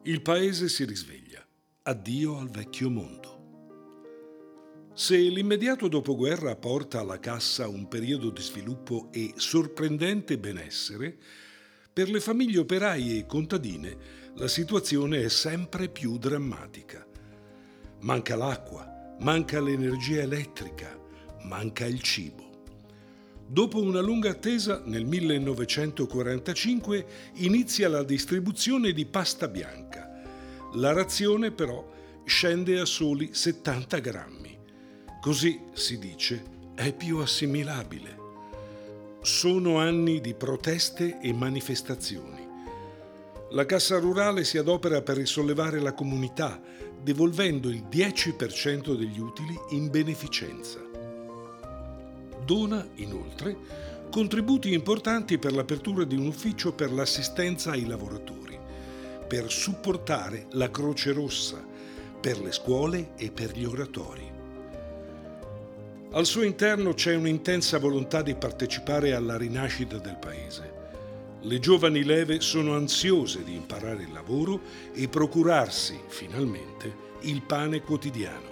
Il paese si risveglia. Addio al vecchio mondo. Se l'immediato dopoguerra porta alla Cassa un periodo di sviluppo e sorprendente benessere, per le famiglie operaie e contadine la situazione è sempre più drammatica. Manca l'acqua, manca l'energia elettrica, manca il cibo. Dopo una lunga attesa, nel 1945 inizia la distribuzione di pasta bianca. La razione, però, scende a soli 70 grammi. Così, si dice, è più assimilabile. Sono anni di proteste e manifestazioni. La Cassa Rurale si adopera per risollevare la comunità, devolvendo il 10% degli utili in beneficenza. Dona, inoltre, contributi importanti per l'apertura di un ufficio per l'assistenza ai lavoratori, per supportare la Croce Rossa, per le scuole e per gli oratori. Al suo interno c'è un'intensa volontà di partecipare alla rinascita del paese. Le giovani leve sono ansiose di imparare il lavoro e procurarsi, finalmente, il pane quotidiano.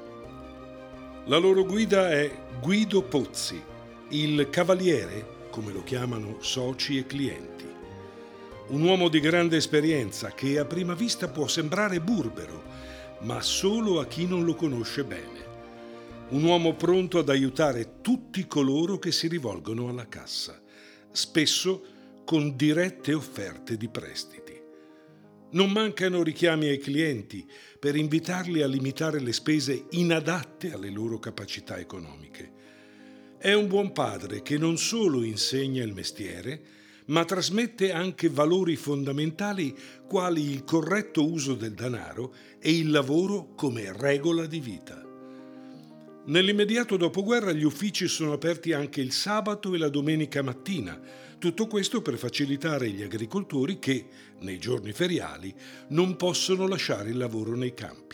La loro guida è Guido Pozzi, il cavaliere, come lo chiamano soci e clienti. Un uomo di grande esperienza che a prima vista può sembrare burbero, ma solo a chi non lo conosce bene. Un uomo pronto ad aiutare tutti coloro che si rivolgono alla Cassa, spesso con dirette offerte di prestiti. Non mancano richiami ai clienti per invitarli a limitare le spese inadatte alle loro capacità economiche. È un buon padre che non solo insegna il mestiere, ma trasmette anche valori fondamentali quali il corretto uso del denaro e il lavoro come regola di vita. Nell'immediato dopoguerra gli uffici sono aperti anche il sabato e la domenica mattina, tutto questo per facilitare gli agricoltori che, nei giorni feriali, non possono lasciare il lavoro nei campi.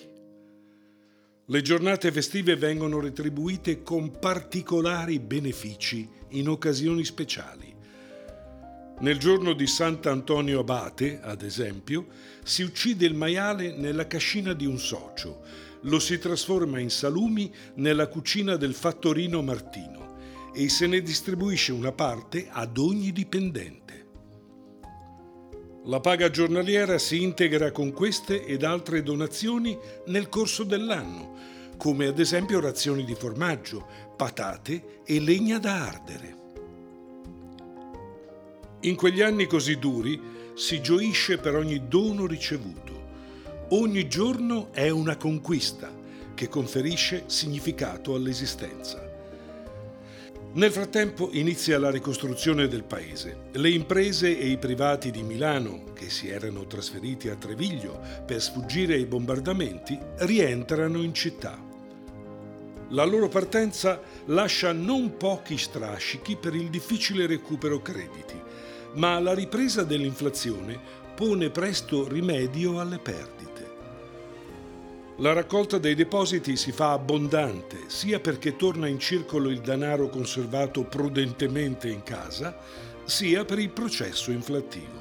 Le giornate festive vengono retribuite con particolari benefici in occasioni speciali. Nel giorno di Sant'Antonio Abate, ad esempio, si uccide il maiale nella cascina di un socio, lo si trasforma in salumi nella cucina del fattorino Martino e se ne distribuisce una parte ad ogni dipendente. La paga giornaliera si integra con queste ed altre donazioni nel corso dell'anno, come ad esempio razioni di formaggio, patate e legna da ardere. In quegli anni così duri si gioisce per ogni dono ricevuto. Ogni giorno è una conquista che conferisce significato all'esistenza. Nel frattempo inizia la ricostruzione del paese. Le imprese e i privati di Milano, che si erano trasferiti a Treviglio per sfuggire ai bombardamenti, rientrano in città. La loro partenza lascia non pochi strascichi per il difficile recupero crediti, ma la ripresa dell'inflazione pone presto rimedio alle perdite. La raccolta dei depositi si fa abbondante, sia perché torna in circolo il denaro conservato prudentemente in casa, sia per il processo inflattivo.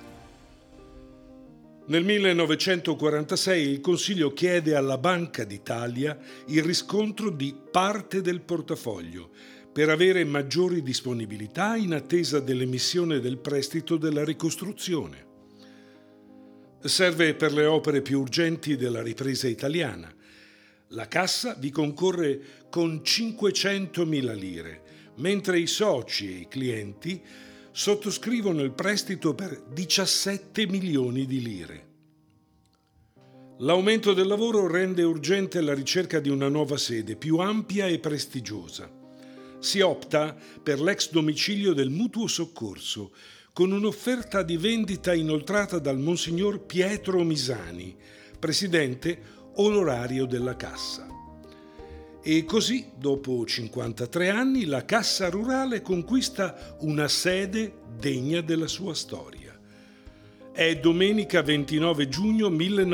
Nel 1946 il Consiglio chiede alla Banca d'Italia il riscontro di parte del portafoglio per avere maggiori disponibilità in attesa dell'emissione del prestito della ricostruzione. Serve per le opere più urgenti della ripresa italiana. La Cassa vi concorre con 500.000 lire, mentre i soci e i clienti sottoscrivono il prestito per 17 milioni di lire. L'aumento del lavoro rende urgente la ricerca di una nuova sede più ampia e prestigiosa. Si opta per l'ex domicilio del Mutuo Soccorso, con un'offerta di vendita inoltrata dal Monsignor Pietro Misani, presidente onorario della Cassa. E così, dopo 53 anni, la Cassa Rurale conquista una sede degna della sua storia. È domenica 29 giugno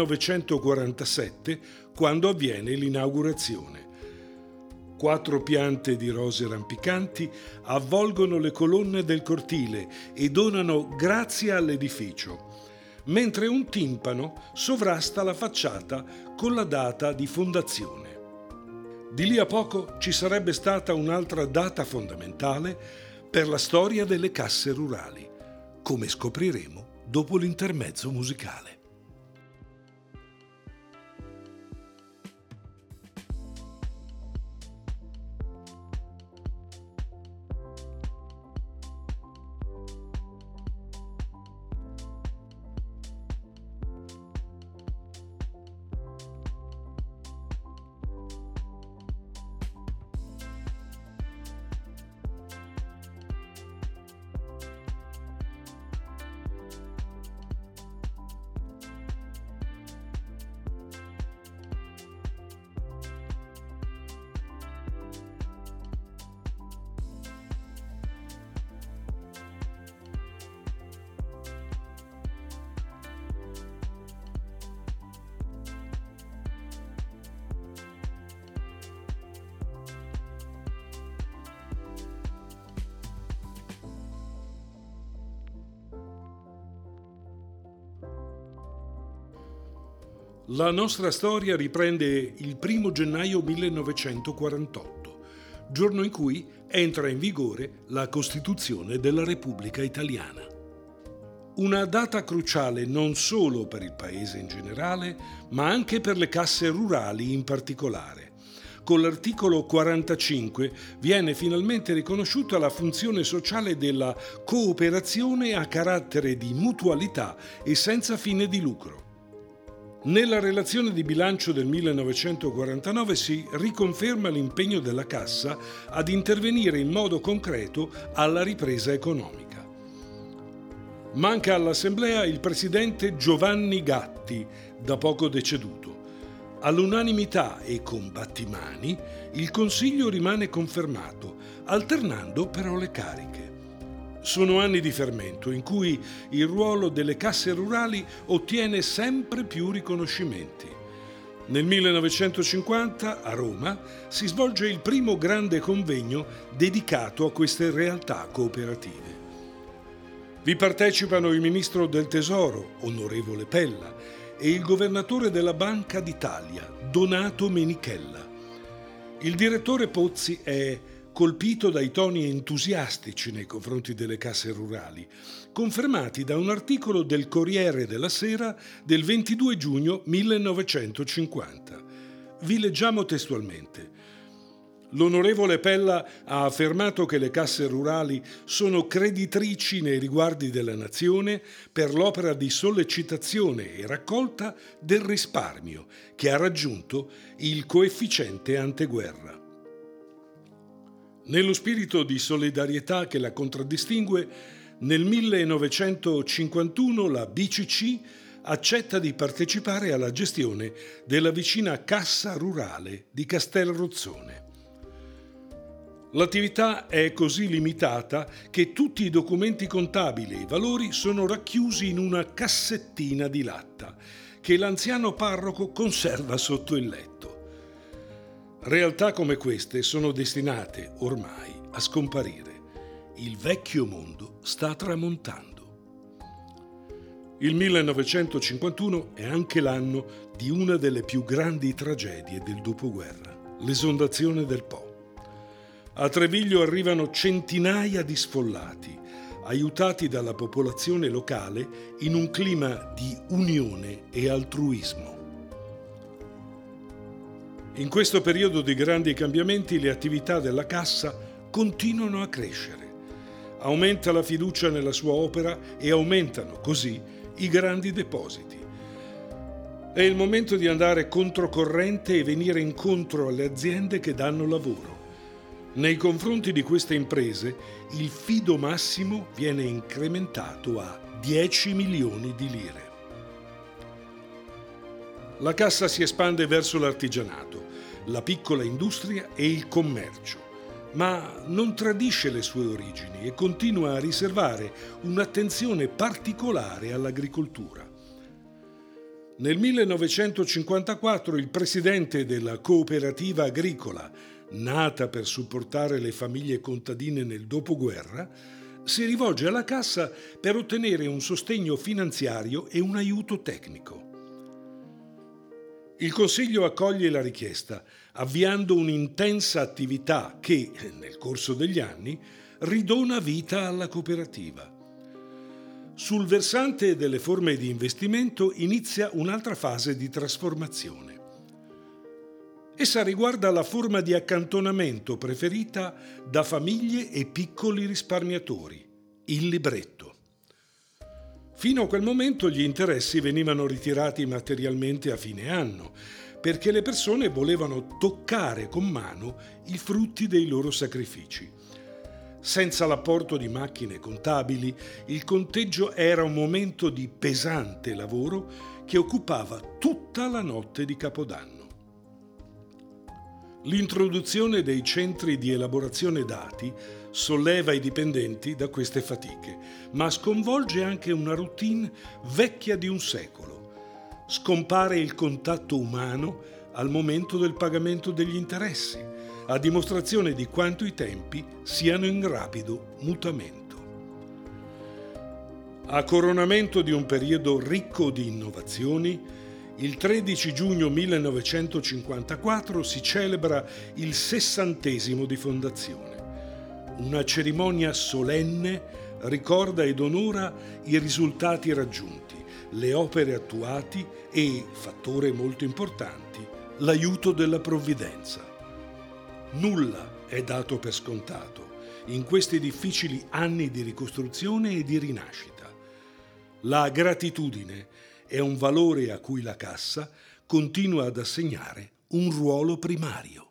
1947 quando avviene l'inaugurazione. 4 piante di rose rampicanti avvolgono le colonne del cortile e donano grazia all'edificio, mentre un timpano sovrasta la facciata con la data di fondazione. Di lì a poco ci sarebbe stata un'altra data fondamentale per la storia delle casse rurali, come scopriremo dopo l'intermezzo musicale. La nostra storia riprende il 1 gennaio 1948, giorno in cui entra in vigore la Costituzione della Repubblica Italiana. Una data cruciale non solo per il Paese in generale, ma anche per le casse rurali in particolare. Con l'articolo 45 viene finalmente riconosciuta la funzione sociale della cooperazione a carattere di mutualità e senza fine di lucro. Nella relazione di bilancio del 1949 si riconferma l'impegno della Cassa ad intervenire in modo concreto alla ripresa economica. Manca all'Assemblea il presidente Giovanni Gatti, da poco deceduto. All'unanimità e con battimani il Consiglio rimane confermato, alternando però le cariche. Sono anni di fermento in cui il ruolo delle casse rurali ottiene sempre più riconoscimenti. Nel 1950 a Roma si svolge il primo grande convegno dedicato a queste realtà cooperative. Vi partecipano il ministro del Tesoro, onorevole Pella, e il governatore della Banca d'Italia, Donato Menichella. Il direttore Pozzi è colpito dai toni entusiastici nei confronti delle casse rurali, confermati da un articolo del Corriere della Sera del 22 giugno 1950. Vi leggiamo testualmente. L'onorevole Pella ha affermato che le casse rurali sono creditrici nei riguardi della nazione per l'opera di sollecitazione e raccolta del risparmio che ha raggiunto il coefficiente anteguerra. Nello spirito di solidarietà che la contraddistingue, nel 1951 la BCC accetta di partecipare alla gestione della vicina Cassa Rurale di Castelrozzone. L'attività è così limitata che tutti i documenti contabili e i valori sono racchiusi in una cassettina di latta che l'anziano parroco conserva sotto il letto. Realtà come queste sono destinate ormai a scomparire. Il vecchio mondo sta tramontando. Il 1951 è anche l'anno di una delle più grandi tragedie del dopoguerra, l'esondazione del Po. A Treviglio arrivano centinaia di sfollati, aiutati dalla popolazione locale in un clima di unione e altruismo. In questo periodo di grandi cambiamenti le attività della Cassa continuano a crescere. Aumenta la fiducia nella sua opera e aumentano così i grandi depositi. È il momento di andare controcorrente e venire incontro alle aziende che danno lavoro. Nei confronti di queste imprese il fido massimo viene incrementato a 10 milioni di lire. La Cassa si espande verso l'artigianato, la piccola industria e il commercio, ma non tradisce le sue origini e continua a riservare un'attenzione particolare all'agricoltura. Nel 1954 il presidente della cooperativa agricola, nata per supportare le famiglie contadine nel dopoguerra, si rivolge alla Cassa per ottenere un sostegno finanziario e un aiuto tecnico. Il Consiglio accoglie la richiesta, avviando un'intensa attività che, nel corso degli anni, ridona vita alla cooperativa. Sul versante delle forme di investimento inizia un'altra fase di trasformazione. Essa riguarda la forma di accantonamento preferita da famiglie e piccoli risparmiatori, il libretto. Fino a quel momento gli interessi venivano ritirati materialmente a fine anno, perché le persone volevano toccare con mano i frutti dei loro sacrifici. Senza l'apporto di macchine contabili, il conteggio era un momento di pesante lavoro che occupava tutta la notte di Capodanno. L'introduzione dei centri di elaborazione dati solleva i dipendenti da queste fatiche, ma sconvolge anche una routine vecchia di un secolo. Scompare il contatto umano al momento del pagamento degli interessi, a dimostrazione di quanto i tempi siano in rapido mutamento. A coronamento di un periodo ricco di innovazioni, il 13 giugno 1954 si celebra il 60° di fondazione. Una cerimonia solenne ricorda ed onora i risultati raggiunti, le opere attuate e, fattore molto importante, l'aiuto della provvidenza. Nulla è dato per scontato in questi difficili anni di ricostruzione e di rinascita. La gratitudine è un valore a cui la Cassa continua ad assegnare un ruolo primario.